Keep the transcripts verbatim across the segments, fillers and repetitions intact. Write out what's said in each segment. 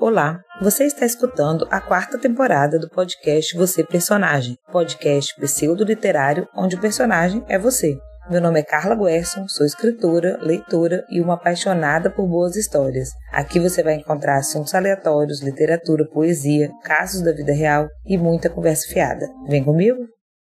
Olá, você está escutando a quarta temporada do podcast Você Personagem, podcast pseudo-literário onde o personagem é você. Meu nome é Carla Guerson, sou escritora, leitora e uma apaixonada por boas histórias. Aqui você vai encontrar assuntos aleatórios, literatura, poesia, casos da vida real e muita conversa fiada. Vem comigo?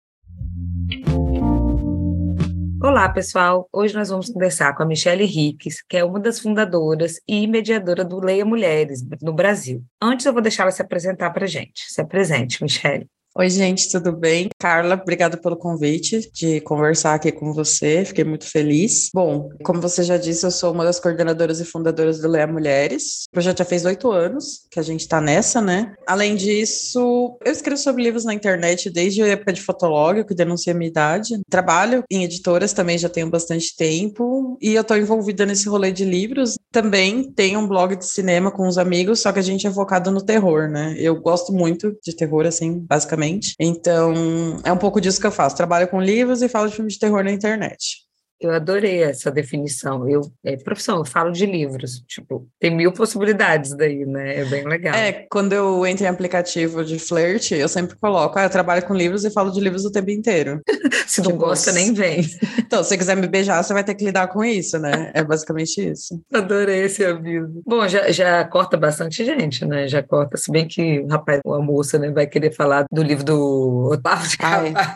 Olá, pessoal! Hoje nós vamos conversar com a Michele Riques, que é uma das fundadoras e mediadora do Leia Mulheres no Brasil. Antes eu vou deixar ela se apresentar para a gente. Se apresente, Michele. Oi, gente, tudo bem? Carla, obrigada pelo convite de conversar aqui com você, fiquei muito feliz. Bom, como você já disse, eu sou uma das coordenadoras e fundadoras do Leia Mulheres. O projeto já fez oito anos que a gente está nessa, né? Além disso, eu escrevo sobre livros na internet desde a época de Fotolog, que denuncia a minha idade. Trabalho em editoras também já tenho bastante tempo e eu estou envolvida nesse rolê de livros. Também tenho um blog de cinema com os amigos, só que a gente é focado no terror, né? Eu gosto muito de terror, assim, basicamente. Então, é um pouco disso que eu faço. Trabalho com livros e falo de filmes de terror na internet. Eu adorei essa definição. Eu, é profissão, eu falo de livros. Tipo, tem mil possibilidades daí, né? É bem legal. É, quando eu entro em aplicativo de flerte, eu sempre coloco, ah, eu trabalho com livros e falo de livros o tempo inteiro. Se não tipo, gosta, nem vem. Então, se você quiser me beijar, você vai ter que lidar com isso, né? É basicamente isso. Adorei esse aviso. Bom, já, já corta bastante gente, né? Já corta, se bem que o rapaz, a moça, né, vai querer falar do livro do Otávio de Carvalho.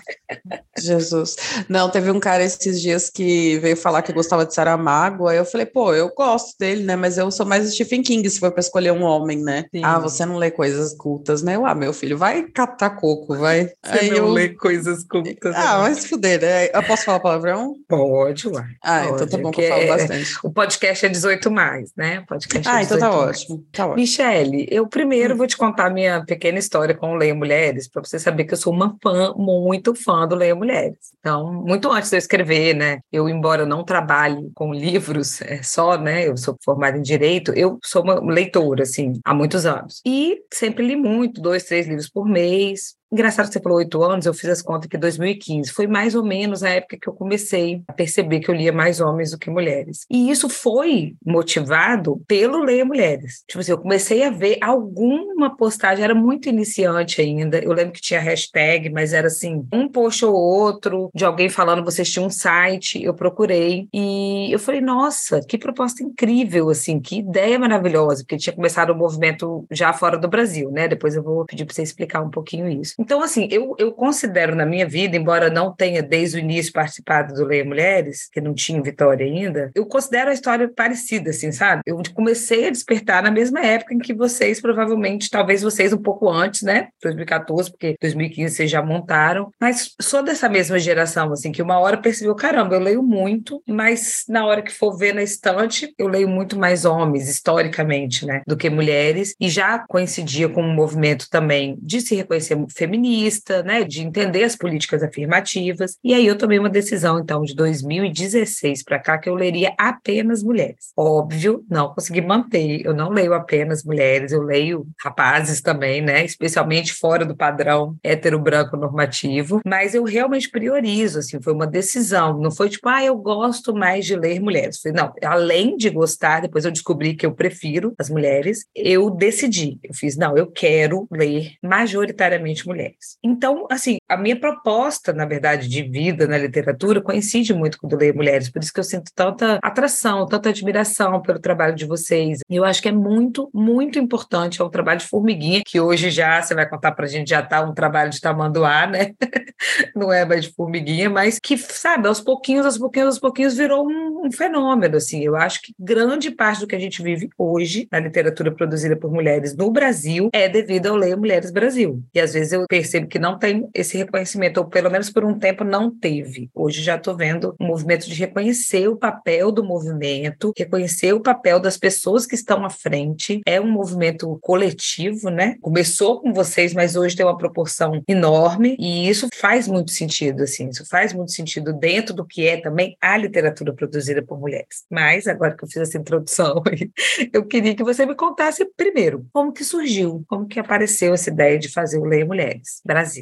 Jesus. Não, teve um cara esses dias que veio falar que gostava de Saramago, aí eu falei, pô, eu gosto dele, né, mas eu sou mais Stephen King, se for pra escolher um homem, né? Sim. Ah, você não lê coisas cultas, né? Eu, ah, meu filho, vai catar coco, vai. Você aí não eu... lê coisas cultas. Ah, vai se fuder, né? Eu posso falar palavrão? Pode, uai. Ah, Pode, então tá bom que eu falo é, bastante. O podcast é dezoito mais, né? O podcast ah, é então tá mais. ótimo, tá ótimo. Michele, eu primeiro hum. vou te contar minha pequena história com o Leia Mulheres, para você saber que eu sou uma fã, muito fã do Leia Mulheres. Então, muito antes de eu escrever, né? Eu, embora não trabalhe com livros é, só, né? Eu sou formada em Direito, eu sou uma leitora, assim, há muitos anos. E sempre li muito, dois, três livros por mês. Engraçado que você falou oito anos, eu fiz as contas que dois mil e quinze foi mais ou menos a época que eu comecei a perceber que eu lia mais homens do que mulheres. E isso foi motivado pelo Leia Mulheres. Tipo assim, eu comecei a ver alguma postagem, era muito iniciante ainda, eu lembro que tinha hashtag, mas era assim, um post ou outro, de alguém falando, vocês tinham um site, eu procurei, e eu falei, nossa, que proposta incrível, assim, que ideia maravilhosa, porque tinha começado o movimento já fora do Brasil, né? Depois eu vou pedir para você explicar um pouquinho isso. Então, assim, eu, eu considero na minha vida, embora não tenha desde o início participado do Leia Mulheres, que não tinha Vitória ainda, eu considero a história parecida, assim, sabe? Eu comecei a despertar na mesma época em que vocês, provavelmente, talvez vocês um pouco antes, né? dois mil e quatorze, porque dois mil e quinze vocês já montaram, mas sou dessa mesma geração, assim, que uma hora percebeu, caramba, eu leio muito, mas na hora que for ver na estante, eu leio muito mais homens, historicamente, né? Do que mulheres, e já coincidia com um movimento também de se reconhecer feminista, né, de entender as políticas afirmativas, e aí eu tomei uma decisão, então, de dois mil e dezesseis para cá, que eu leria apenas mulheres. Óbvio, não consegui manter, eu não leio apenas mulheres, eu leio rapazes também, né, especialmente fora do padrão hétero-branco normativo, mas eu realmente priorizo, assim, foi uma decisão, não foi tipo, ah, eu gosto mais de ler mulheres, foi, não, além de gostar, depois eu descobri que eu prefiro as mulheres, eu decidi, eu fiz, não, eu quero ler majoritariamente mulheres. Então, assim, a minha proposta, na verdade, de vida na literatura coincide muito com o do Leia Mulheres, por isso que eu sinto tanta atração, tanta admiração pelo trabalho de vocês. E eu acho que é muito, muito importante, é um trabalho de formiguinha, que hoje já, você vai contar pra gente, já tá um trabalho de tamanduá, né? Não é mais de formiguinha, mas que, sabe, aos pouquinhos, aos pouquinhos, aos pouquinhos virou um, um fenômeno, assim. Eu acho que grande parte do que a gente vive hoje na literatura produzida por mulheres no Brasil é devido ao Leia Mulheres Brasil. E às vezes eu percebo que não tem esse reconhecimento, ou pelo menos por um tempo não teve. Hoje já estou vendo um movimento de reconhecer o papel do movimento, reconhecer o papel das pessoas que estão à frente. É um movimento coletivo, né? Começou com vocês, mas hoje tem uma proporção enorme, e isso faz muito sentido, assim, isso faz muito sentido dentro do que é também a literatura produzida por mulheres. Mas, agora que eu fiz essa introdução, eu queria que você me contasse primeiro, como que surgiu, como que apareceu essa ideia de fazer o Leia Mulheres Brasil.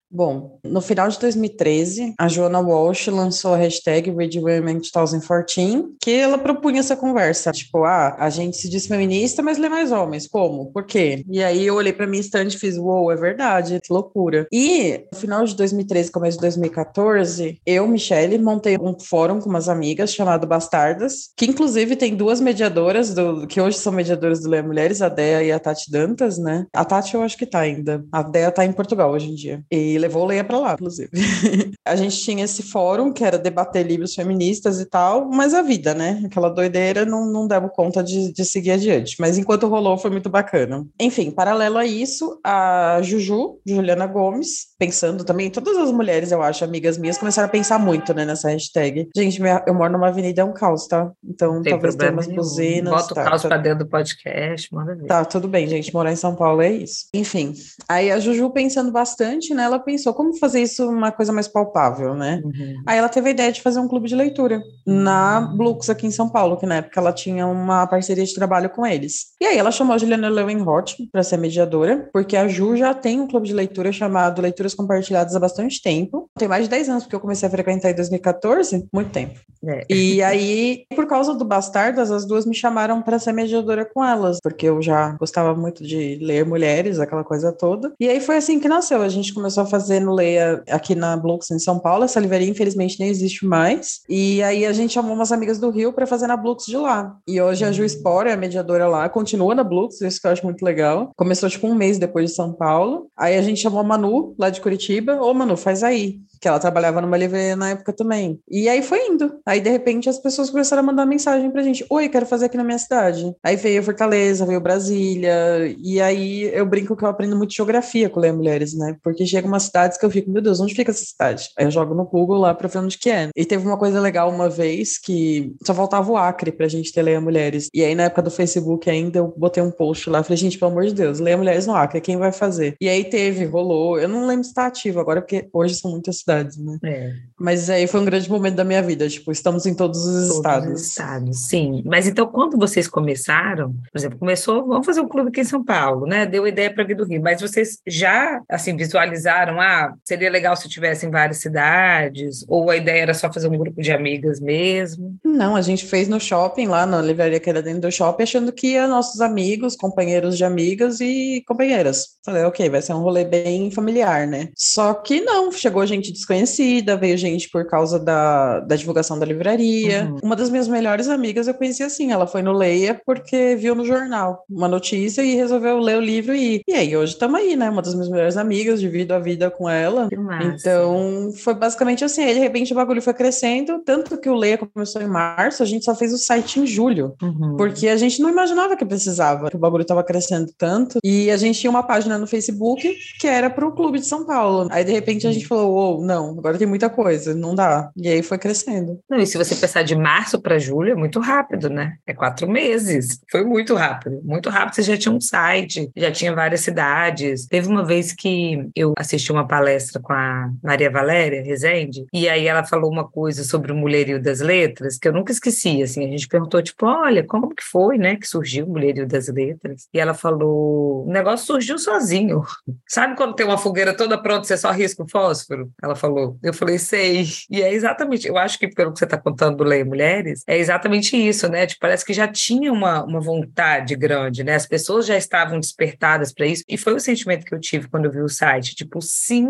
Bom, no final de dois mil e treze, a Joanna Walsh lançou a hashtag Read Women dois mil e quatorze, que ela propunha essa conversa, tipo, ah, a gente se diz feminista, mas lê mais homens, como? Por quê? E aí eu olhei pra minha estante e fiz, uou, wow, é verdade, que loucura. E no final de dois mil e treze, começo de dois mil e quatorze, eu, Michelle, montei um fórum com umas amigas chamado Bastardas, que inclusive tem duas mediadoras, do, que hoje são mediadoras do Leia Mulheres, a Dea e a Tati Dantas, né? A Tati eu acho que tá ainda. A Dea tá em Portugal hoje em dia. E levou o Leia pra lá, inclusive. A gente tinha esse fórum, que era debater livros feministas e tal, mas a vida, né? Aquela doideira não, não deu conta de, de seguir adiante. Mas enquanto rolou, foi muito bacana. Enfim, paralelo a isso, a Juju, Juliana Gomes, pensando também, todas as mulheres, eu acho, amigas minhas, começaram a pensar muito, né, nessa hashtag. Gente, minha, eu moro numa avenida, é um caos, tá? Então, Tem talvez tenha problema umas nenhum. buzinas. Bota o Tá, caos tá, pra dentro do podcast, manda ver. tá, tudo bem, gente. Morar em São Paulo é isso. Enfim, aí a Juju pensando bastante, né, ela pensou como fazer isso uma coisa mais palpável, né? Uhum. Aí ela teve a ideia de fazer um clube de leitura na Blux aqui em São Paulo, que na época ela tinha uma parceria de trabalho com eles. E aí ela chamou a Juliana Leuenhort para ser mediadora, porque a Ju já tem um clube de leitura chamado Leituras Compartilhadas há bastante tempo. Tem mais de dez anos, porque eu comecei a frequentar em dois mil e quatorze, muito tempo. É. E aí, por causa do Bastardas, as duas me chamaram para ser mediadora com elas, porque eu já gostava muito de ler mulheres, aquela coisa toda. E aí foi assim que nasceu. A gente começou a fazer no Leia aqui na Blux em São Paulo. Essa livraria, infelizmente, nem existe mais. E aí a gente chamou umas amigas do Rio para fazer na Blux de lá. E hoje a Ju Spor é a mediadora lá, continua na Blux, isso que eu acho muito legal. Começou tipo um mês depois de São Paulo. Aí a gente chamou a Manu, lá de Curitiba. Ô, Manu, faz aí. Que ela trabalhava numa livraria na época também. E aí foi indo. Aí, de repente, as pessoas começaram a mandar mensagem pra gente. Oi, quero fazer aqui na minha cidade. Aí veio Fortaleza, veio Brasília. E aí eu brinco que eu aprendo muito geografia com Leia Mulheres, né? Porque chega umas cidades que eu fico, meu Deus, onde fica essa cidade? Aí eu jogo no Google lá pra ver onde que é. E teve uma coisa legal uma vez que só faltava o Acre pra gente ter Leia Mulheres. E aí, na época do Facebook ainda, eu botei um post lá. Falei, gente, pelo amor de Deus, Leia Mulheres no Acre, quem vai fazer? E aí teve, rolou. Eu não lembro se tá ativo agora, porque hoje são muitas cidades, né? É. Mas aí foi um grande momento da minha vida, tipo, estamos em todos os Todos estados. os estados, sim. Mas então, quando vocês começaram, por exemplo, começou, vamos fazer um clube aqui em São Paulo, né? Deu ideia para vir do Rio, mas vocês já, assim, visualizaram, ah, seria legal se tivesse em várias cidades, ou a ideia era só fazer um grupo de amigas mesmo? Não, a gente fez no shopping, lá na livraria que era dentro do shopping, achando que ia nossos amigos, companheiros de amigas e companheiras. Falei, ok, vai ser um rolê bem familiar, né? Só que não, chegou gente desconhecida, veio gente por causa da, da divulgação da livraria. Uhum. Uma das minhas melhores amigas eu conheci assim, ela foi no Leia porque viu no jornal uma notícia e resolveu ler o livro e ir. E aí, hoje estamos aí, né? Uma das minhas melhores amigas, divido a vida com ela. Que massa. Então, foi basicamente assim, aí de repente o bagulho foi crescendo, tanto que o Leia começou em março, a gente só fez o site em julho, uhum. porque a gente não imaginava que precisava, que o bagulho estava crescendo tanto, e a gente tinha uma página no Facebook que era para o Clube de São Paulo. Aí, de repente, a gente falou, oh, não, agora tem muita coisa, não dá. E aí foi crescendo. Não, e se você pensar de março para julho, é muito rápido, né? É quatro meses. Foi muito rápido. Muito rápido, você já tinha um site, já tinha várias cidades. Teve uma vez que eu assisti uma palestra com a Maria Valéria Rezende, e aí ela falou uma coisa sobre o Mulherio das Letras, que eu nunca esqueci, assim, a gente perguntou, tipo, olha, como que foi, né, que surgiu o Mulherio das Letras? E ela falou, o negócio surgiu sozinho. Sabe quando tem uma fogueira toda pronta, você só risca o fósforo? Ela falou. Eu falei, sei. E é exatamente, eu acho que pelo que você está contando do Leia Mulheres, é exatamente isso, né? Tipo, parece que já tinha uma, uma vontade grande, né? As pessoas já estavam despertadas para isso. E foi o sentimento que eu tive quando eu vi o site. Tipo, sim,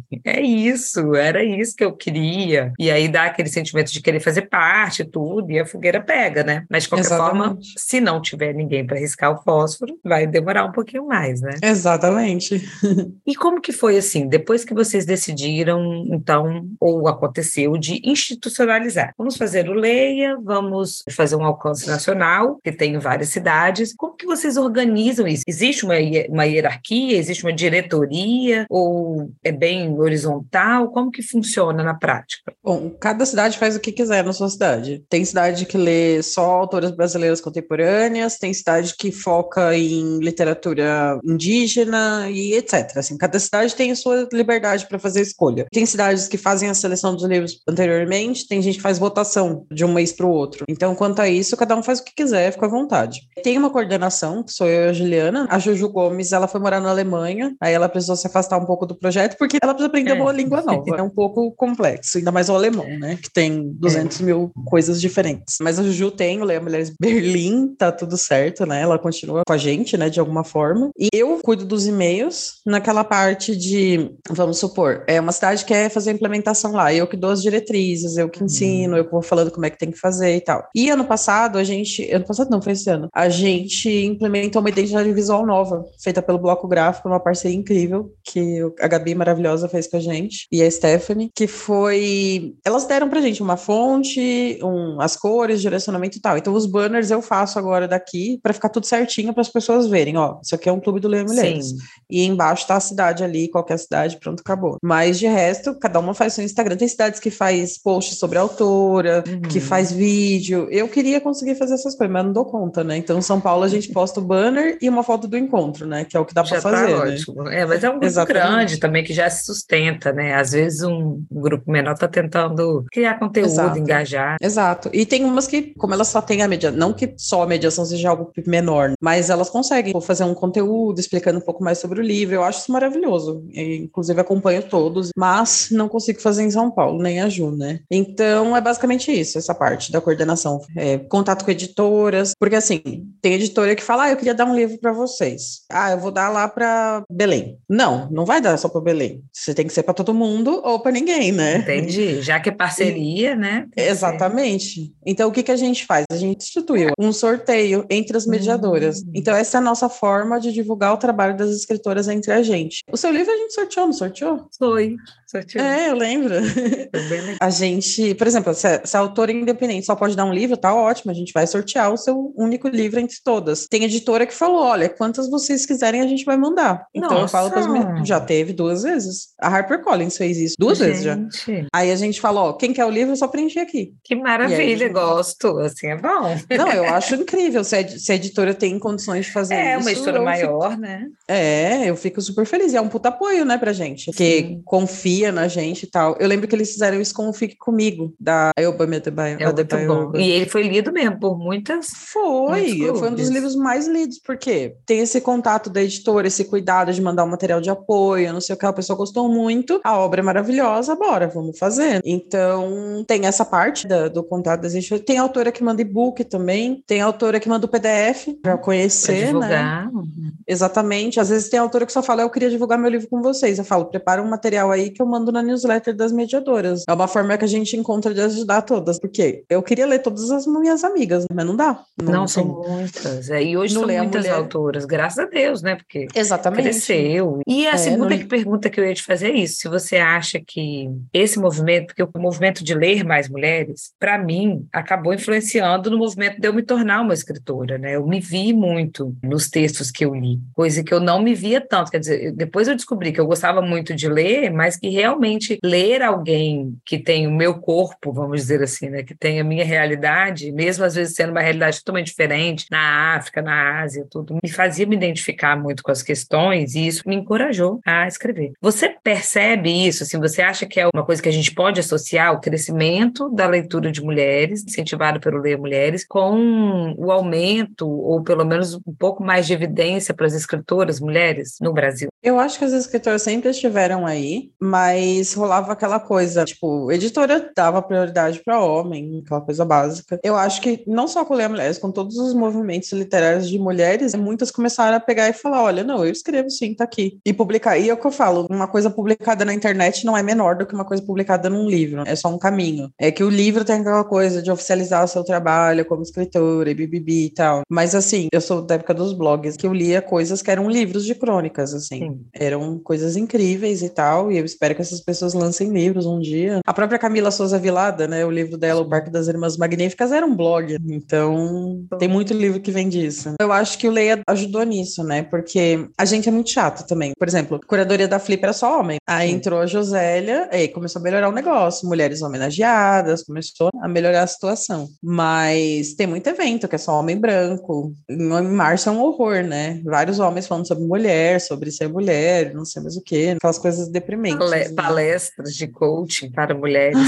é isso, era isso que eu queria. E aí dá aquele sentimento de querer fazer parte, tudo, e a fogueira pega, né? Mas de qualquer exatamente. Forma, se não tiver ninguém para riscar o fósforo, vai demorar um pouquinho mais, né? Exatamente. E como que foi assim, depois que vocês decidiram, então, ou aconteceu, de institucionalizar? Vamos fazer o Leia, vamos fazer um alcance nacional, que tem em várias cidades. Como que vocês organizam isso? Existe uma, uma hierarquia, existe uma diretoria, ou é bem horizontal? Como que funciona na prática? Bom, cada cidade faz o que quiser na sua cidade. Tem cidade que lê só autoras brasileiras contemporâneas, tem cidade que foca em literatura indígena e etcétera. Assim, cada cidade tem a sua liberdade para fazer a escolha. Tem cidades que fazem a seleção dos livros anteriormente, tem gente que faz votação de um mês para o outro. Então, quanto a isso, cada um faz o que quiser, fica à vontade. Tem uma coordenação, que sou eu e a Juliana. A Juju Gomes, ela foi morar na Alemanha, aí ela precisou se afastar um pouco do projeto, porque ela precisa aprender é. uma língua nova. É um pouco complexo, ainda mais o alemão, né? Que tem duzentos é. mil coisas diferentes. Mas a Juju tem o Leia Mulheres Berlim, tá tudo certo, né? Ela continua com a gente, né? De alguma forma. E eu cuido dos e-mails naquela parte de, vamos supor, é uma cidade que quer fazer a implementação lá. Eu que dou as diretrizes, eu que ensino, eu que vou falando como é que tem que fazer e tal. E ano passado, a gente... Ano passado não, foi esse ano. A gente implementou uma identidade visual nova, feita pelo Bloco Gráfico, uma parceria incrível, que a Gabi maravilhosa fez com a gente, e a Stephanie, que foi... Elas deram pra gente uma fonte, um, as cores, direcionamento e tal. Então, os banners eu faço agora daqui, pra ficar tudo certinho, para as pessoas verem, ó, isso aqui é um clube do Leia Mulheres. Sim. E embaixo tá a cidade ali, qualquer cidade, pronto, acabou. Mas, de resto, cada uma faz seu Instagram. Tem cidades que faz posts sobre a autora, uhum. que faz vídeo. Eu queria conseguir fazer essas coisas, mas não dou conta, né? Então, em São Paulo, a gente posta o banner e uma foto do encontro, né? Que é o que dá para fazer, tá né? Ótimo. É, mas é um grupo Exatamente. grande também que já se sustenta, né? Às vezes um grupo menor está tentando criar conteúdo, Exato. engajar. Exato. E tem umas que, como elas só têm a mediação, não que só a mediação seja algo menor, mas elas conseguem fazer um conteúdo explicando um pouco mais sobre o livro. Eu acho isso maravilhoso. Eu, inclusive, acompanho todos, mas não consigo fazer em São Paulo, nem a Ju, né? Então, é basicamente isso, essa parte da coordenação. É, contato com editoras, porque assim, tem editora que fala, ah, eu queria dar um livro para vocês. Ah, eu vou dar lá para Belém. Não, não vai dar só para Belém. Você tem que ser para todo mundo ou para ninguém, né? Entendi. Já que é parceria, e, né? Exatamente. Então, o que, que a gente faz? A gente instituiu um sorteio entre as mediadoras. Hum. Então, essa é a nossa forma de divulgar o trabalho das escritoras entre a gente. O seu livro a gente sorteou, não sorteou? Foi. Sorteou. É, eu lembro. A gente, por exemplo, se a, se a autora independente só pode dar um livro, tá ótimo, a gente vai sortear o seu único livro entre todas. Tem editora que falou, olha, quantas vocês quiserem a gente vai mandar. Então Nossa. eu falo para as minhas... Já teve duas vezes. A HarperCollins fez isso duas gente. vezes já. Aí a gente falou, ó, quem quer o livro, é só preencher aqui. Que maravilha, gente... gosto. Assim é bom. Não, eu acho incrível se a, se a editora tem condições de fazer é, isso. É, uma editora maior, fico... né? É, eu fico super feliz. E é um puta apoio, né, pra gente. Porque Sim. confia na gente e tal. Eu lembro que eles fizeram isso com o Fique Comigo, da Ayoba Adebayo. É muito bom. E ele foi lido mesmo por muitas... Foi, foi um dos livros mais lidos, porque tem esse contato da editora, esse cuidado de mandar um material de apoio, não sei o que, a pessoa gostou muito, a obra é maravilhosa, bora, vamos fazer. Então, tem essa parte da, do contato das editoras. Tem autora que manda e-book também, tem autora que manda o P D F para conhecer, pra divulgar. Né? Exatamente. Às vezes tem autora que só fala, eu queria divulgar meu livro com vocês. Eu falo, prepara um material aí que eu mando na newsletter das mediadoras. É uma forma que a gente encontra de ajudar todas, porque eu queria ler todas as minhas amigas, mas não dá. Não, não são muitas. É, e hoje não são muitas autoras, graças a Deus, né? Porque Exatamente. cresceu. E a é, segunda não... pergunta que eu ia te fazer é isso. Se você acha que esse movimento, porque o movimento de ler mais mulheres, para mim, acabou influenciando no movimento de eu me tornar uma escritora, né? Eu me vi muito nos textos que eu li, coisa que eu não me via tanto. Quer dizer, depois eu descobri que eu gostava muito de ler, mas que realmente ler alguém que tem o meu corpo, vamos dizer assim, né? Que tem a minha realidade, mesmo às vezes sendo uma realidade totalmente diferente, na África, na Ásia, tudo, me fazia me identificar muito com as questões e isso me encorajou a escrever. Você percebe isso? Assim, você acha que é uma coisa que a gente pode associar o crescimento da leitura de mulheres, incentivado pelo Leia Mulheres, com o aumento, ou pelo menos um pouco mais de evidência para as escritoras mulheres no Brasil? Eu acho que as escritoras sempre estiveram aí, mas rolava aquela coisa, tipo, editora dava prioridade para homem, aquela coisa básica. Eu acho que não só com Leia Mulheres, com todos os movimentos literários de mulheres, muitas começaram a pegar e falar, olha, não, eu escrevo sim, tá aqui. E publicar. E é o que eu falo, uma coisa publicada na internet não é menor do que uma coisa publicada num livro, é só um caminho. É que o livro tem aquela coisa de oficializar o seu trabalho como escritora e bibibi e tal. Mas assim, eu sou da época dos blogs, que eu lia coisas que eram livros de crônicas, assim. Sim. Eram coisas incríveis e tal, e eu espero que essas pessoas lancem livros um dia. A própria Camila Souza Vilada, né, o livro dela, O Parque das Irmãs Magníficas, era um blog, então tem muito livro que vem disso. Eu acho que o Leia ajudou nisso, né, porque a gente é muito chato também. Por exemplo, a curadoria da Flip era só homem, aí Sim. entrou a Josélia, aí começou a melhorar o negócio, mulheres homenageadas, começou a melhorar a situação. Mas tem muito evento que é só homem branco, em março é um horror, né, vários vários homens falando sobre mulher, sobre ser mulher, não sei mais o quê, aquelas coisas deprimentes. Pale- né? Palestras de coaching para mulheres.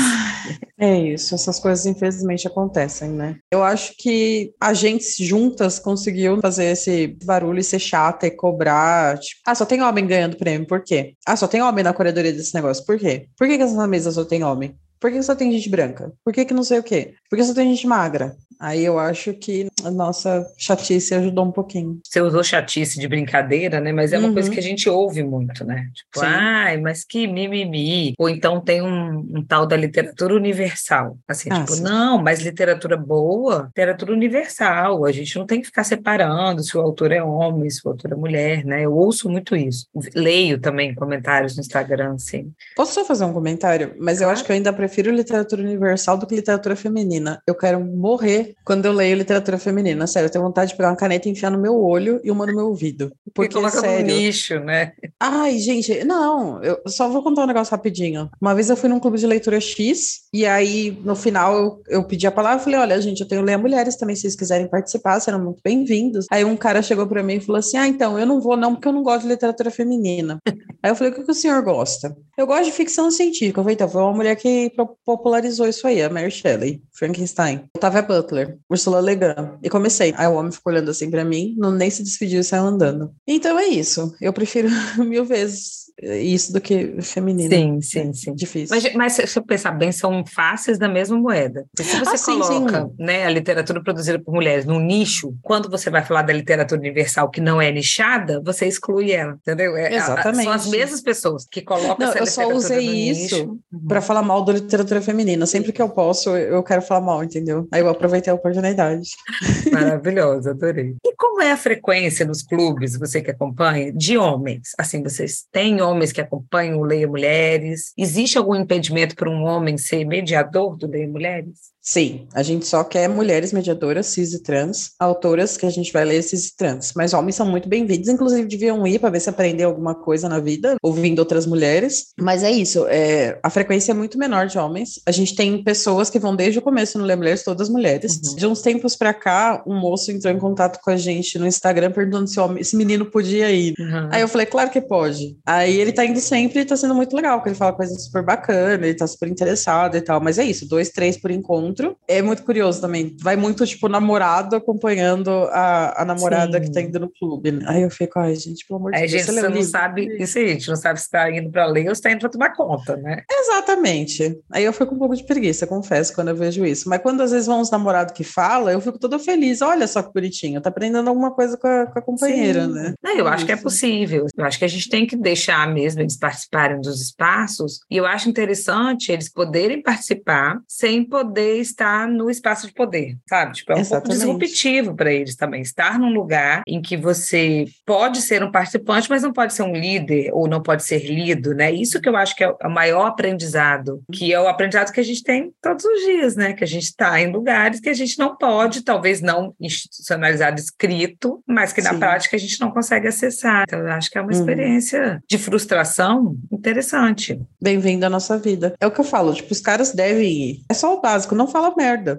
É isso, essas coisas infelizmente acontecem, né? Eu acho que a gente juntas conseguiu fazer esse barulho e ser chata e cobrar, tipo, ah, só tem homem ganhando prêmio, por quê? Ah, só tem homem na curadoria desse negócio, por quê? Por que que essa mesa só tem homem? Por que só tem gente branca? Por que que não sei o quê? Por que só tem gente magra? Aí eu acho que a nossa chatice ajudou um pouquinho. Você usou chatice de brincadeira, né? Mas é uma Uhum. coisa que a gente ouve muito, né? Tipo, Sim. ai, mas que mimimi. Ou então tem um, um tal da literatura universal. Assim, Ah, tipo, sim. não, mas literatura boa, literatura universal. A gente não tem que ficar separando se o autor é homem, se o autor é mulher, né? Eu ouço muito isso. Leio também comentários no Instagram, assim. Posso só fazer um comentário? Mas eu Claro. acho que eu ainda prefiro literatura universal do que literatura feminina. Eu quero morrer quando eu leio literatura feminina. Sério, eu tenho vontade de pegar uma caneta e enfiar no meu olho e uma no meu ouvido. Porque Porque, coloca no sério... nicho, né? Ai, gente, não, eu só vou contar um negócio rapidinho. Uma vez eu fui num clube de leitura X, e aí, no final, eu, eu pedi a palavra e falei, olha, gente, eu tenho Leia Mulheres também, se vocês quiserem participar, serão muito bem-vindos. Aí um cara chegou pra mim e falou assim, ah, então, eu não vou não, porque eu não gosto de literatura feminina. Aí eu falei, o que, que o senhor gosta? Eu gosto de ficção científica. Eu falei, então, foi uma mulher que popularizou isso aí, a Mary Shelley, Frankenstein, Octavia Butler, Ursula Le Guin. E comecei. Aí o homem ficou olhando assim pra mim, não nem se despediu e saiu andando. Então é isso. Eu prefiro mil vezes isso do que feminina. Sim, sim, é sim. Difícil. Mas, mas se eu pensar bem, são faces da mesma moeda. Porque se você Ah, sim, coloca, sim. né, a literatura produzida por mulheres num nicho, quando você vai falar da literatura universal que não é nichada, você exclui ela, entendeu? É, a- a- Exatamente. são as mesmas pessoas que colocam Não, essa eu só literatura usei no isso nicho. Uhum. para falar mal da literatura feminina. Sempre que eu posso, eu quero falar mal, entendeu? Aí eu aproveitei a oportunidade. Maravilhoso, adorei. E como é a frequência nos clubes, você que acompanha, de homens? Assim, vocês têm homens que acompanham o Leia Mulheres? Existe algum impedimento para um homem ser mediador do Leia Mulheres? Sim, a gente só quer mulheres mediadoras, cis e trans, autoras que a gente vai ler cis e trans, mas homens são muito bem-vindos, inclusive deviam ir para ver se aprender alguma coisa na vida, ouvindo outras mulheres, mas é isso, é, a frequência é muito menor de homens, a gente tem pessoas que vão desde o começo no Ler Mulheres, todas mulheres, uhum. De uns tempos para cá, um moço entrou em contato com a gente no Instagram perguntando se homem, esse menino podia ir, uhum. Aí eu falei, claro que pode, aí ele tá indo sempre e tá sendo muito legal, porque ele fala coisas super bacanas, ele tá super interessado e tal, mas é isso, dois, três por encontro. É muito curioso também. Vai muito, tipo, namorado acompanhando a, a namorada Sim. que tá indo no clube. Né? Aí eu fico, ai, gente, pelo amor de aí, Deus. Gente, você não livro? sabe, isso aí, a gente não sabe se tá indo pra ler ou se tá indo pra tomar conta, né? Exatamente. Aí eu fico com um pouco de preguiça, confesso, quando eu vejo isso. Mas quando às vezes vão uns namorados que falam, eu fico toda feliz. Olha só que bonitinho, tá aprendendo alguma coisa com a, com a companheira, Sim. né? Não, eu é acho isso. que é possível. Eu acho que a gente tem que deixar mesmo eles participarem dos espaços. E eu acho interessante eles poderem participar sem poder estar no espaço espaço de poder, sabe? Tipo, é um Exatamente. pouco disruptivo para eles também, estar num lugar em que você pode ser um participante, mas não pode ser um líder, ou não pode ser lido, né? Isso que eu acho que é o maior aprendizado, que é o aprendizado que a gente tem todos os dias, né? Que a gente está em lugares que a gente não pode, talvez não institucionalizado escrito, mas que na Sim. prática a gente não consegue acessar. Então, eu acho que é uma experiência uhum. de frustração interessante. Bem-vindo à nossa vida. É o que eu falo, tipo, os caras devem ir. É só o básico, não fala merda.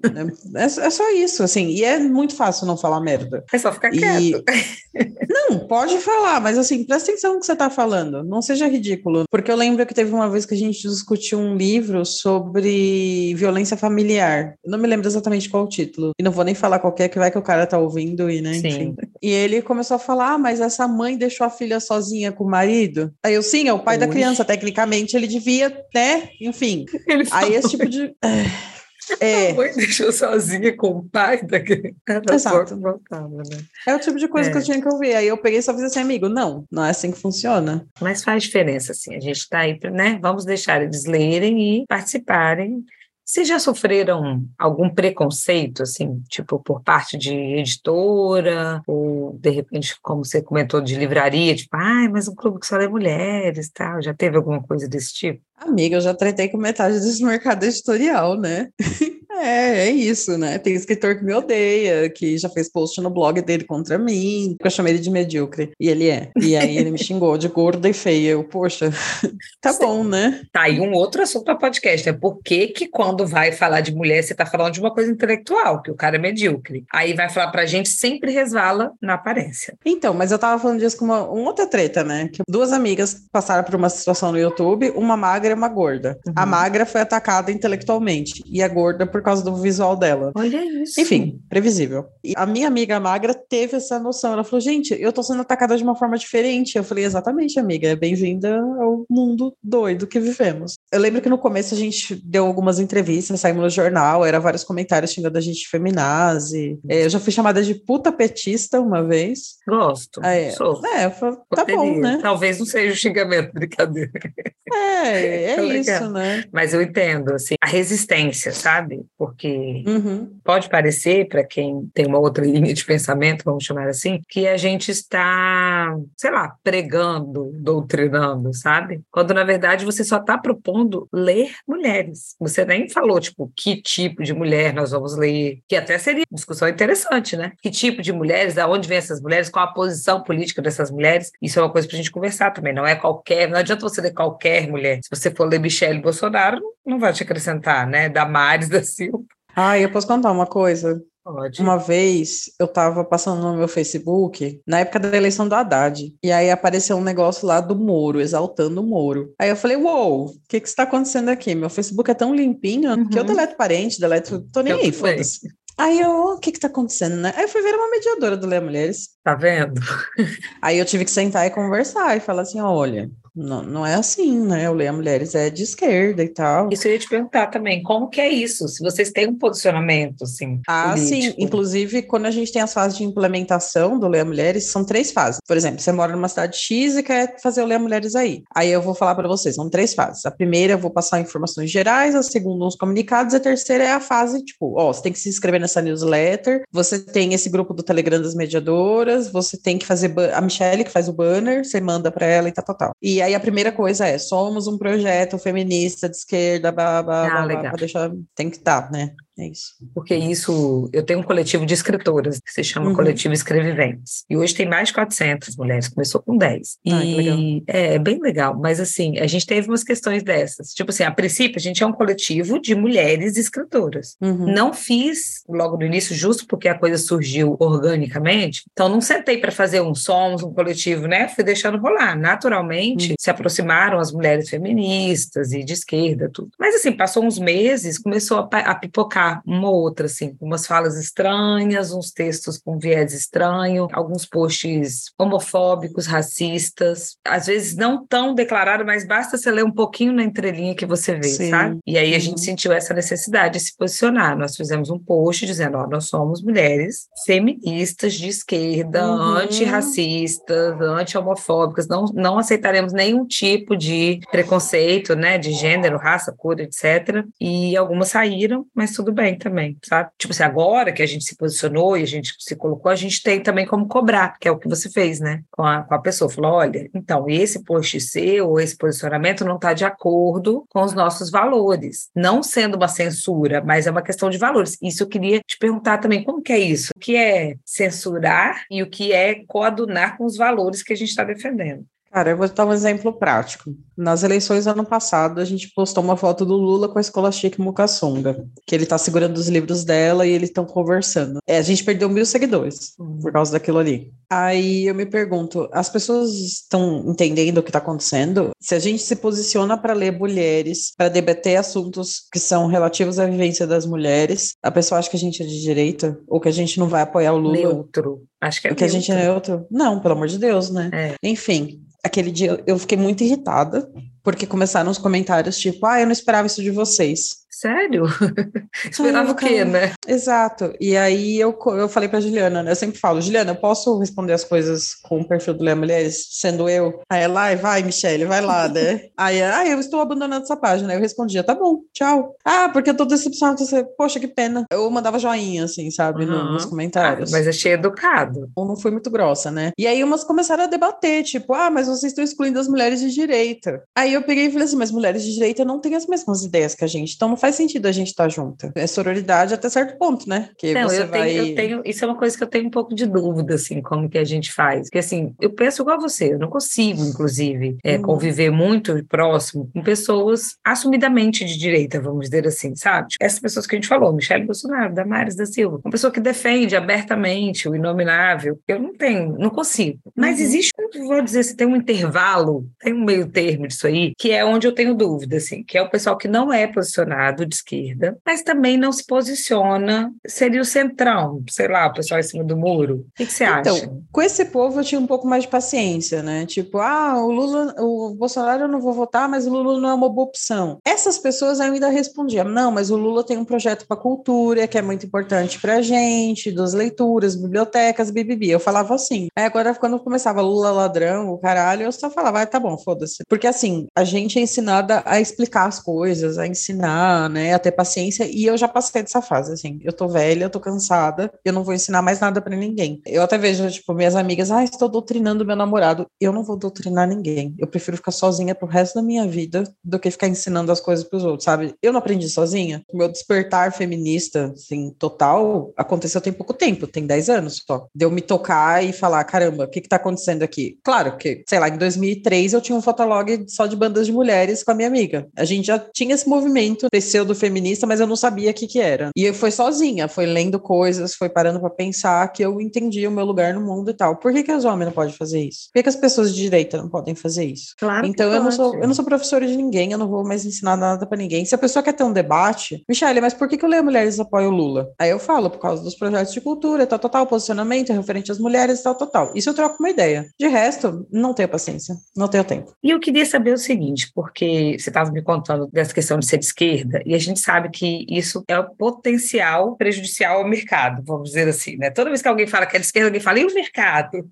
É, é só isso, assim, e é muito fácil não falar merda. É só ficar e... quieto. Não, pode falar, mas assim, presta atenção no que você tá falando, não seja ridículo, porque eu lembro que teve uma vez que a gente discutiu um livro sobre violência familiar, eu não me lembro exatamente qual o título, e não vou nem falar qual que é, que vai que o cara tá ouvindo e, né, sim. enfim. E ele começou a falar, ah, mas essa mãe deixou a filha sozinha com o marido? Aí eu, sim, é o pai Ui. da criança, tecnicamente ele devia, né, enfim. Ele Aí esse tipo de... É. A mãe deixou sozinha com o pai da criança. Exato. Voltava, né? É o tipo de coisa é. que eu tinha que ouvir. Aí eu peguei e só fiz assim, amigo, não, não é assim que funciona. Mas faz diferença, assim. A gente está aí, né? Vamos deixar eles lerem e participarem. Vocês já sofreram algum preconceito, assim, tipo, por parte de editora, ou, de repente, como você comentou, de livraria, tipo, ai, mas um clube que só lê mulheres, tal, já teve alguma coisa desse tipo? Amiga, eu já tretei com metade desse mercado editorial, né? É, é isso, né? Tem escritor que me odeia, que já fez post no blog dele contra mim, porque eu chamei ele de medíocre. E ele é. E aí ele me xingou de gorda e feia. Eu, poxa, tá bom, né? Tá aí um outro assunto para podcast, é por que que quando vai falar de mulher, você tá falando de uma coisa intelectual, que o cara é medíocre. Aí vai falar pra gente, sempre resvala na aparência. Então, mas eu tava falando disso com uma, uma outra treta, né? Que duas amigas passaram por uma situação no YouTube, uma magra e uma gorda. Uhum. A magra foi atacada intelectualmente e a gorda por causa do visual dela. Olha isso. Enfim, previsível. E a minha amiga magra teve essa noção. Ela falou, gente, eu tô sendo atacada de uma forma diferente. Eu falei, exatamente, amiga, é bem-vinda ao mundo doido que vivemos. Eu lembro que no começo a gente deu algumas entrevistas, saímos no jornal, era vários comentários xingando a gente de feminazi. Eu já fui chamada de puta petista uma vez. Gosto, Aí, sou. É, eu falei, tá Poderia. bom, né? Talvez não seja um xingamento, brincadeira. É, é, é isso, né? Mas eu entendo, assim, a resistência, sabe? Porque uhum. pode parecer, para quem tem uma outra linha de pensamento, vamos chamar assim, que a gente está, sei lá, pregando, doutrinando, sabe? Quando, na verdade, você só está propondo ler mulheres. Você nem falou, tipo, que tipo de mulher nós vamos ler, que até seria uma discussão interessante, né? Que tipo de mulheres, de onde vêm essas mulheres, qual a posição política dessas mulheres, isso é uma coisa para a gente conversar também, não é qualquer, não adianta você ler qualquer mulher. Se você for ler Michele Bolsonaro, não vai te acrescentar, né? Damares da Silva. Ah, eu posso contar uma coisa? Pode. Uma vez eu tava passando no meu Facebook, na época da eleição do Haddad, e aí apareceu um negócio lá do Moro, exaltando o Moro. Aí eu falei, uou, o que que está acontecendo aqui? Meu Facebook é tão limpinho uhum. que eu deleto parente, deleto, tô nem eu aí, foda-se. Aí eu, o que que tá acontecendo, né? Aí eu fui ver uma mediadora do Leia Mulheres. Tá vendo? Aí eu tive que sentar e conversar e falar assim, olha, não, não é assim, né? O Leia Mulheres é de esquerda e tal. Isso eu ia te perguntar também, como que é isso? Se vocês têm um posicionamento, assim, Ah, político. sim. Inclusive, quando a gente tem as fases de implementação do Leia Mulheres, são três fases. Por exemplo, você mora numa cidade X e quer fazer o Leia Mulheres aí. Aí eu vou falar para vocês, são três fases. A primeira eu vou passar informações gerais, a segunda uns comunicados, a terceira é a fase, tipo, ó, você tem que se inscrever nessa newsletter, você tem esse grupo do Telegram das mediadoras, você tem que fazer, a Michelle que faz o banner, você manda para ela e tal, tal, tal. E aí a primeira coisa é, somos um projeto feminista de esquerda, blá, blá, blá, Ah, blá, pra deixar, tem que estar, tá, né? É isso. Porque isso, eu tenho um coletivo de escritoras, que se chama uhum. Coletivo Escreviventes. E hoje tem mais de quatrocentas mulheres, começou com dez. Ah, e que legal. É, é bem legal, mas assim, a gente teve umas questões dessas. Tipo assim, a princípio, a gente é um coletivo de mulheres escritoras. Uhum. Não fiz logo no início, justo porque a coisa surgiu organicamente, então não sentei para fazer um somos, um coletivo, né? Fui deixando rolar. Naturalmente, uhum. se aproximaram as mulheres feministas e de esquerda, tudo. Mas assim, passou uns meses, começou a, a pipocar uma ou outra, assim, umas falas estranhas, uns textos com viés estranho, alguns posts homofóbicos, racistas, às vezes não tão declarado, mas basta você ler um pouquinho na entrelinha que você vê, Sim. sabe? E aí a uhum. gente sentiu essa necessidade de se posicionar. Nós fizemos um post dizendo, ó, nós somos mulheres feministas de esquerda, uhum. antirracistas, anti-homofóbicas, não, não aceitaremos nenhum tipo de preconceito, né, de gênero, raça, cor, etcétera. E algumas saíram, mas tudo bem também, sabe? Tipo assim, agora que a gente se posicionou e a gente se colocou, a gente tem também como cobrar, que é o que você fez, né? Com a, com a pessoa. Falou, olha, então, esse post seu, ou esse posicionamento não está de acordo com os nossos valores. Não sendo uma censura, mas é uma questão de valores. Isso eu queria te perguntar também, como que é isso? O que é censurar e o que é coadunar com os valores que a gente está defendendo? Cara, eu vou dar um exemplo prático. Nas eleições do ano passado, a gente postou uma foto do Lula com a Escola Chique Mukasonga, que ele tá segurando os livros dela e eles estão conversando. É, a gente perdeu mil seguidores uhum. por causa daquilo ali. Aí eu me pergunto, as pessoas estão entendendo o que está acontecendo? Se a gente se posiciona para ler mulheres, para debater assuntos que são relativos à vivência das mulheres, a pessoa acha que a gente é de direita? Ou que a gente não vai apoiar o Lula? Neutro. Acho que é que neutro. a gente é neutro? Não, pelo amor de Deus, né? É. Enfim. Aquele dia eu fiquei muito irritada, porque começaram os comentários tipo, ah, eu não esperava isso de vocês. Sério? Esperava o quê, né? Exato. E aí eu, eu falei pra Juliana, né? Eu sempre falo, Juliana, eu posso responder as coisas com o perfil do Leia Mulheres, sendo eu? Aí ela, ai, vai, Michele, vai lá, né? Aí, ah, eu estou abandonando essa página. Aí eu respondia, tá bom, tchau. Ah, porque eu tô decepcionada. Poxa, que pena. Eu mandava joinha, assim, sabe, uhum. no, nos comentários. Ah, mas achei educado. Eu não fui muito grossa, né? E aí umas começaram a debater, tipo, ah, mas vocês estão excluindo as mulheres de direita. Aí eu peguei e falei assim, mas mulheres de direita não têm as mesmas ideias que a gente, então não faz faz sentido a gente estar junta. É sororidade até certo ponto, né? Que Não, você eu vai... tenho, eu tenho, isso é uma coisa que eu tenho um pouco de dúvida, assim, como que a gente faz. Porque, assim, eu penso igual a você, eu não consigo, inclusive, é, Uhum. conviver muito próximo com pessoas assumidamente de direita, vamos dizer assim, sabe? Tipo, essas pessoas que a gente falou, Michele Bolsonaro, Damares da Silva, uma pessoa que defende abertamente o inominável, eu não tenho, não consigo. Mas Uhum. existe, vou dizer, se tem um intervalo, tem um meio termo disso aí, que é onde eu tenho dúvida, assim, que é o pessoal que não é posicionado de esquerda, mas também não se posiciona, seria o centrão, sei lá, o pessoal em cima do muro. O que, que você acha? Então, com esse povo eu tinha um pouco mais de paciência, né? Tipo, ah, o Lula, o Bolsonaro eu não vou votar, mas o Lula não é uma boa opção. Essas pessoas ainda respondiam, não, mas o Lula tem um projeto para cultura que é muito importante pra gente, das leituras, bibliotecas, bibibi. Eu falava assim. Aí agora, quando começava Lula ladrão, o caralho, eu só falava, ah, tá bom, foda-se. Porque assim, a gente é ensinada a explicar as coisas, a ensinar, né, a ter paciência, e eu já passei dessa fase, assim. Eu tô velha, eu tô cansada, eu não vou ensinar mais nada pra ninguém. Eu até vejo, tipo, minhas amigas, ah, estou doutrinando meu namorado. Eu não vou doutrinar ninguém. Eu prefiro ficar sozinha pro resto da minha vida do que ficar ensinando as coisas pros outros, sabe? Eu não aprendi sozinha. O meu despertar feminista, assim, total, aconteceu tem pouco tempo, tem dez anos só. De eu me tocar e falar, caramba, o que que tá acontecendo aqui? Claro que, sei lá, em dois mil e três eu tinha um fotolog só de bandas de mulheres com a minha amiga. A gente já tinha esse movimento pseudo-feminista, mas eu não sabia o que que era. E eu fui sozinha, foi lendo coisas, foi parando pra pensar que eu entendi o meu lugar no mundo e tal. Por que que os homens não podem fazer isso? Por que que as pessoas de direita não podem fazer isso? Claro que Então eu não pode. sou, eu não sou professora de ninguém, eu não vou mais ensinar nada pra ninguém. Se a pessoa quer ter um debate, Michele, mas por que que o Leia Mulheres apoia o Lula? Aí eu falo, por causa dos projetos de cultura, tal, tal, tal, posicionamento referente às mulheres, tal, tal, tal. Isso eu troco uma ideia. De resto, não tenho paciência, não tenho tempo. E eu queria saber o seguinte, porque você estava me contando dessa questão de ser de esquerda, e a gente sabe que isso é o potencial prejudicial ao mercado, vamos dizer assim, né? Toda vez que alguém fala que é de esquerda, alguém fala, e o mercado?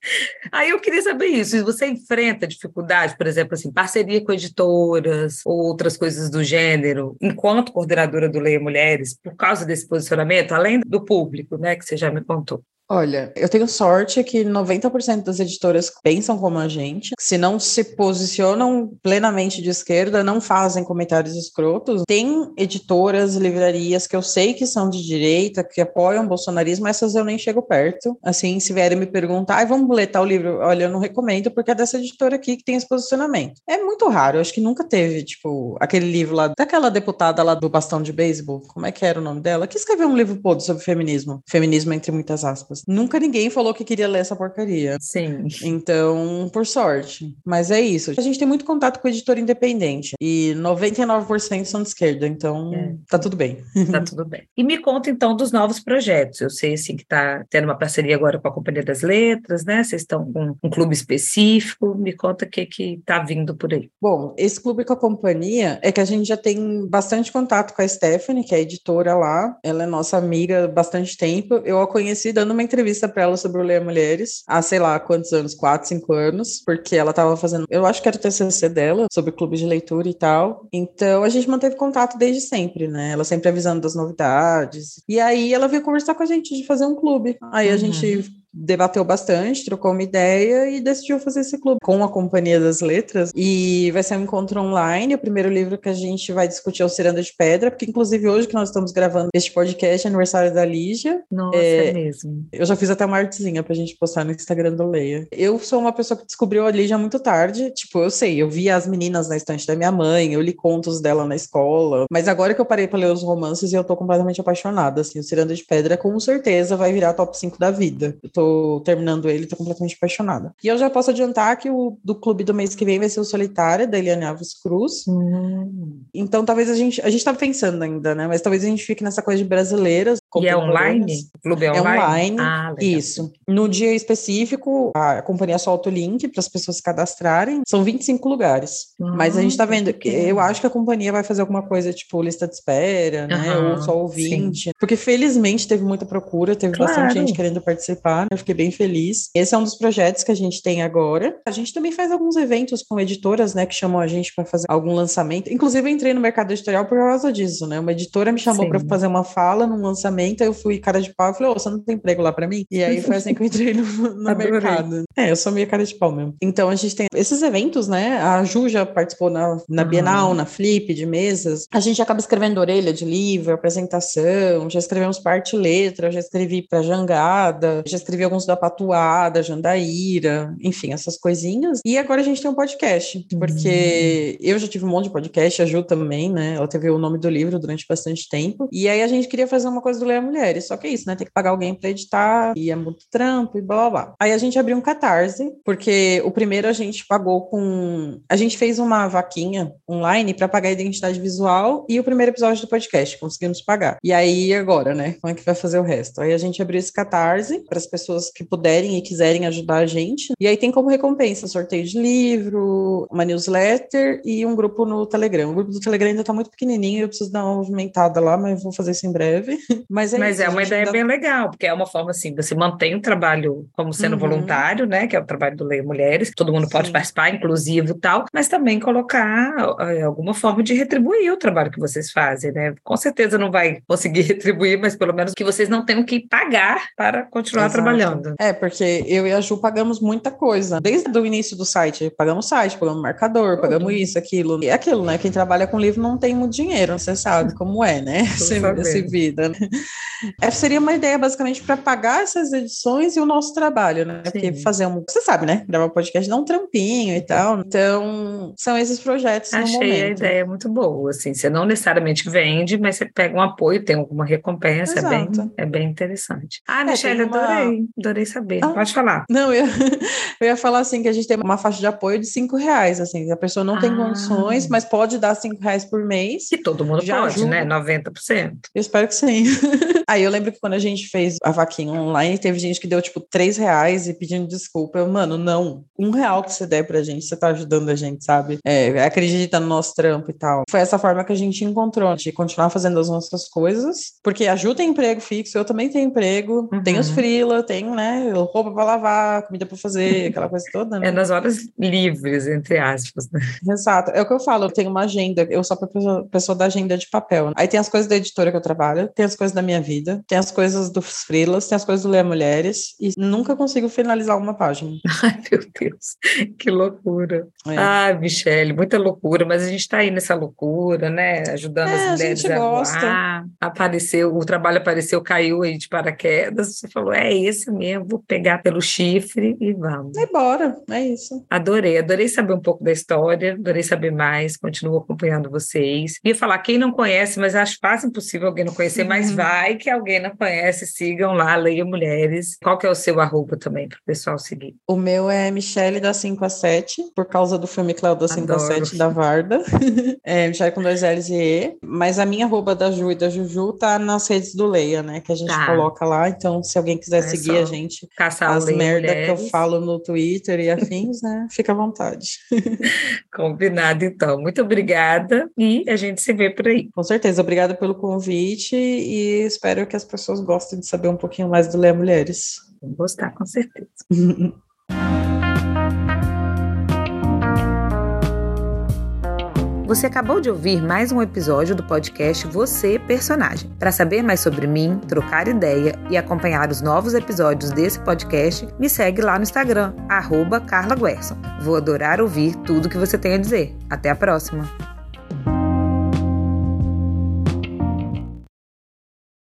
Aí eu queria saber isso, se você enfrenta dificuldade, por exemplo, assim, parceria com editoras ou outras coisas do gênero, enquanto coordenadora do Leia Mulheres, por causa desse posicionamento, além do público, né, que você já me contou. Olha, eu tenho sorte que noventa por cento das editoras pensam como a gente. Se não se posicionam plenamente de esquerda, não fazem comentários escrotos. Tem editoras, livrarias que eu sei que são de direita, que apoiam o bolsonarismo, essas eu nem chego perto. Assim, se vierem me perguntar, ah, vamos ler tal livro? Olha, eu não recomendo, porque é dessa editora aqui que tem esse posicionamento. É muito raro, eu acho que nunca teve, tipo, aquele livro lá, daquela deputada lá do bastão de beisebol, como é que era o nome dela? Que escreveu um livro podre sobre feminismo. Feminismo entre muitas aspas. Nunca ninguém falou que queria ler essa porcaria. Sim. Então, por sorte. Mas é isso. A gente tem muito contato com editor independente. E noventa e nove por cento são de esquerda. Então, é. Tá tudo bem. Tá tudo bem. E me conta, então, dos novos projetos. Eu sei, assim, que tá tendo uma parceria agora com a Companhia das Letras, né? Vocês estão com um clube específico. Me conta o que que tá vindo por aí. Bom, esse clube com a companhia é que a gente já tem bastante contato com a Stephanie, que é a editora lá. Ela é nossa amiga há bastante tempo. Eu a conheci dando uma entrevista para ela sobre o Leia Mulheres há, sei lá, quantos anos? Quatro, cinco anos. Porque ela estava fazendo, eu acho que era o T C C dela, sobre clube de leitura e tal. Então, a gente manteve contato desde sempre, né? Ela sempre avisando das novidades. E aí, ela veio conversar com a gente de fazer um clube. Aí, a uhum. gente debateu bastante, trocou uma ideia e decidiu fazer esse clube com a Companhia das Letras. E vai ser um encontro online. O primeiro livro que a gente vai discutir é o Ciranda de Pedra, porque inclusive hoje que nós estamos gravando este podcast é aniversário da Lígia. Nossa, é, é mesmo. Eu já fiz até uma artezinha pra gente postar no Instagram do Leia. Eu sou uma pessoa que descobriu a Lígia muito tarde. Tipo, eu sei, eu vi as meninas na estante da minha mãe, eu li contos dela na escola, mas agora que eu parei pra ler os romances e eu tô completamente apaixonada, assim, o Ciranda de Pedra com certeza vai virar top cinco da vida. Eu tô terminando ele, tô completamente apaixonada. E eu já posso adiantar que o do clube do mês que vem vai ser o Solitária, da Eliane Alves Cruz. Hum. Então, talvez a gente, a gente tá pensando ainda, né? Mas talvez a gente fique nessa coisa de brasileiras. E é online? O clube é online? É online, ah, isso. No dia específico, a companhia solta o link para as pessoas se cadastrarem. São vinte e cinco lugares. Hum, Mas a gente tá vendo, que eu acho que a companhia vai fazer alguma coisa tipo lista de espera, né? Uhum, ou só ouvinte. Sim. Porque felizmente teve muita procura, teve claro. bastante gente querendo participar. Eu fiquei bem feliz. Esse é um dos projetos que a gente tem agora. A gente também faz alguns eventos com editoras, né? Que chamam a gente para fazer algum lançamento. Inclusive, eu entrei no mercado editorial por causa disso, né? Uma editora me chamou para fazer uma fala num lançamento ferramenta, eu fui cara de pau e falei, ô, você não tem emprego lá pra mim? E aí foi assim que eu entrei no, no mercado. É, eu sou meio cara de pau mesmo. Então a gente tem esses eventos, né? A Ju já participou na, na uhum. Bienal, na Flip, de mesas. A gente acaba escrevendo orelha de livro, apresentação, já escrevemos parte letra, já escrevi pra Jangada, já escrevi alguns da Patuada, Jandaíra, enfim, essas coisinhas. E agora a gente tem um podcast, porque uhum. eu já tive um monte de podcast, a Ju também, né? Ela teve o nome do livro durante bastante tempo. E aí a gente queria fazer uma coisa do Leia Mulheres, só que é isso, né? Tem que pagar alguém pra editar, e é muito trampo, e blá, blá, blá. Aí a gente abriu um Catarse, porque o primeiro a gente pagou com... A gente fez uma vaquinha online pra pagar a identidade visual e o primeiro episódio do podcast, conseguimos pagar. E aí, agora, né? Como é que vai fazer o resto? Aí a gente abriu esse Catarse para as pessoas que puderem e quiserem ajudar a gente. E aí tem como recompensa sorteio de livro, uma newsletter e um grupo no Telegram. O grupo do Telegram ainda tá muito pequenininho, eu preciso dar uma movimentada lá, mas vou fazer isso em breve. Mas é, mas isso, é uma ideia ainda... bem legal, porque é uma forma assim, você mantém o trabalho como sendo uhum. voluntário, né? Que é o trabalho do Leia Mulheres, todo mundo Sim. pode participar, inclusive e tal, mas também colocar é, alguma forma de retribuir o trabalho que vocês fazem, né? Com certeza não vai conseguir retribuir, mas pelo menos que vocês não tenham que pagar para continuar Exato. Trabalhando. É, porque eu e a Ju pagamos muita coisa. Desde o início do site, pagamos site, pagamos marcador, pagamos uhum. isso, aquilo. E aquilo, né? Quem trabalha com livro não tem muito dinheiro, você sabe como é, né? Essa vida, né? Essa seria uma ideia, basicamente, para pagar essas edições e o nosso trabalho, né? Sim. Porque fazer um... Você sabe, né? Gravar um podcast dá um trampinho e tal. Então, são esses projetos Achei no momento. Achei a ideia muito boa, assim. Você não necessariamente vende, mas você pega um apoio, tem alguma recompensa. É bem, é bem interessante. Ah, é, Michele, uma... adorei. Adorei saber. Ah, Pode falar. Não, eu, eu ia falar, assim, que a gente tem uma faixa de apoio de cinco reais, assim. A pessoa não ah. tem condições, mas pode dar cinco reais por mês. E todo mundo já pode, ajuda. Né? noventa por cento. Eu espero que sim. Aí eu lembro que quando a gente fez a vaquinha online, teve gente que deu, tipo, três reais e pedindo desculpa. Eu, mano, não. Um real que você der pra gente, você tá ajudando a gente, sabe? É, acredita no nosso trampo e tal. Foi essa forma que a gente encontrou, de continuar fazendo as nossas coisas, porque a Ju tem emprego fixo, eu também tenho emprego, uhum. tem os freela, tem, né, roupa pra lavar, comida pra fazer, aquela coisa toda, né? É nas horas livres, entre aspas, né? Exato. É o que eu falo, eu tenho uma agenda, eu sou a pessoa da agenda de papel. Aí tem as coisas da editora que eu trabalho, tem as coisas da minha vida, tem as coisas dos freelas, tem as coisas do Leia Mulheres, e nunca consigo finalizar uma página. Ai, meu Deus, que loucura. É. Ai, Michele, muita loucura, mas a gente tá aí nessa loucura, né? Ajudando é, as mulheres a, a voar. Apareceu, o trabalho apareceu, caiu aí de paraquedas, você falou, é esse mesmo, vou pegar pelo chifre e vamos. É bora, é isso. Adorei, adorei saber um pouco da história, adorei saber mais, continuo acompanhando vocês. Ia falar, quem não conhece, mas acho quase impossível alguém não conhecer, uhum. mas vai que alguém não conhece, sigam lá, Leia Mulheres. Qual que é o seu arroba também, para o pessoal seguir? O meu é Michele da cinco a sete, por causa do filme Cléo da cinco a sete da Varda. É, Michele com dois L's e E. Mas a minha arroba da Ju e da Juju tá nas redes do Leia, né? Que a gente tá. coloca lá. Então, se alguém quiser é seguir a gente, as merda que eu falo no Twitter e afins, né? Fica à vontade. Combinado, então. Muito obrigada e a gente se vê por aí. Com certeza. Obrigada pelo convite e espero que as pessoas gostem de saber um pouquinho mais do Leia Mulheres. Vou gostar, com certeza. Você acabou de ouvir mais um episódio do podcast Você, Personagem. Para saber mais sobre mim, trocar ideia e acompanhar os novos episódios desse podcast, me segue lá no Instagram, arroba Carla Guerson. Vou adorar ouvir tudo que você tem a dizer. Até a próxima!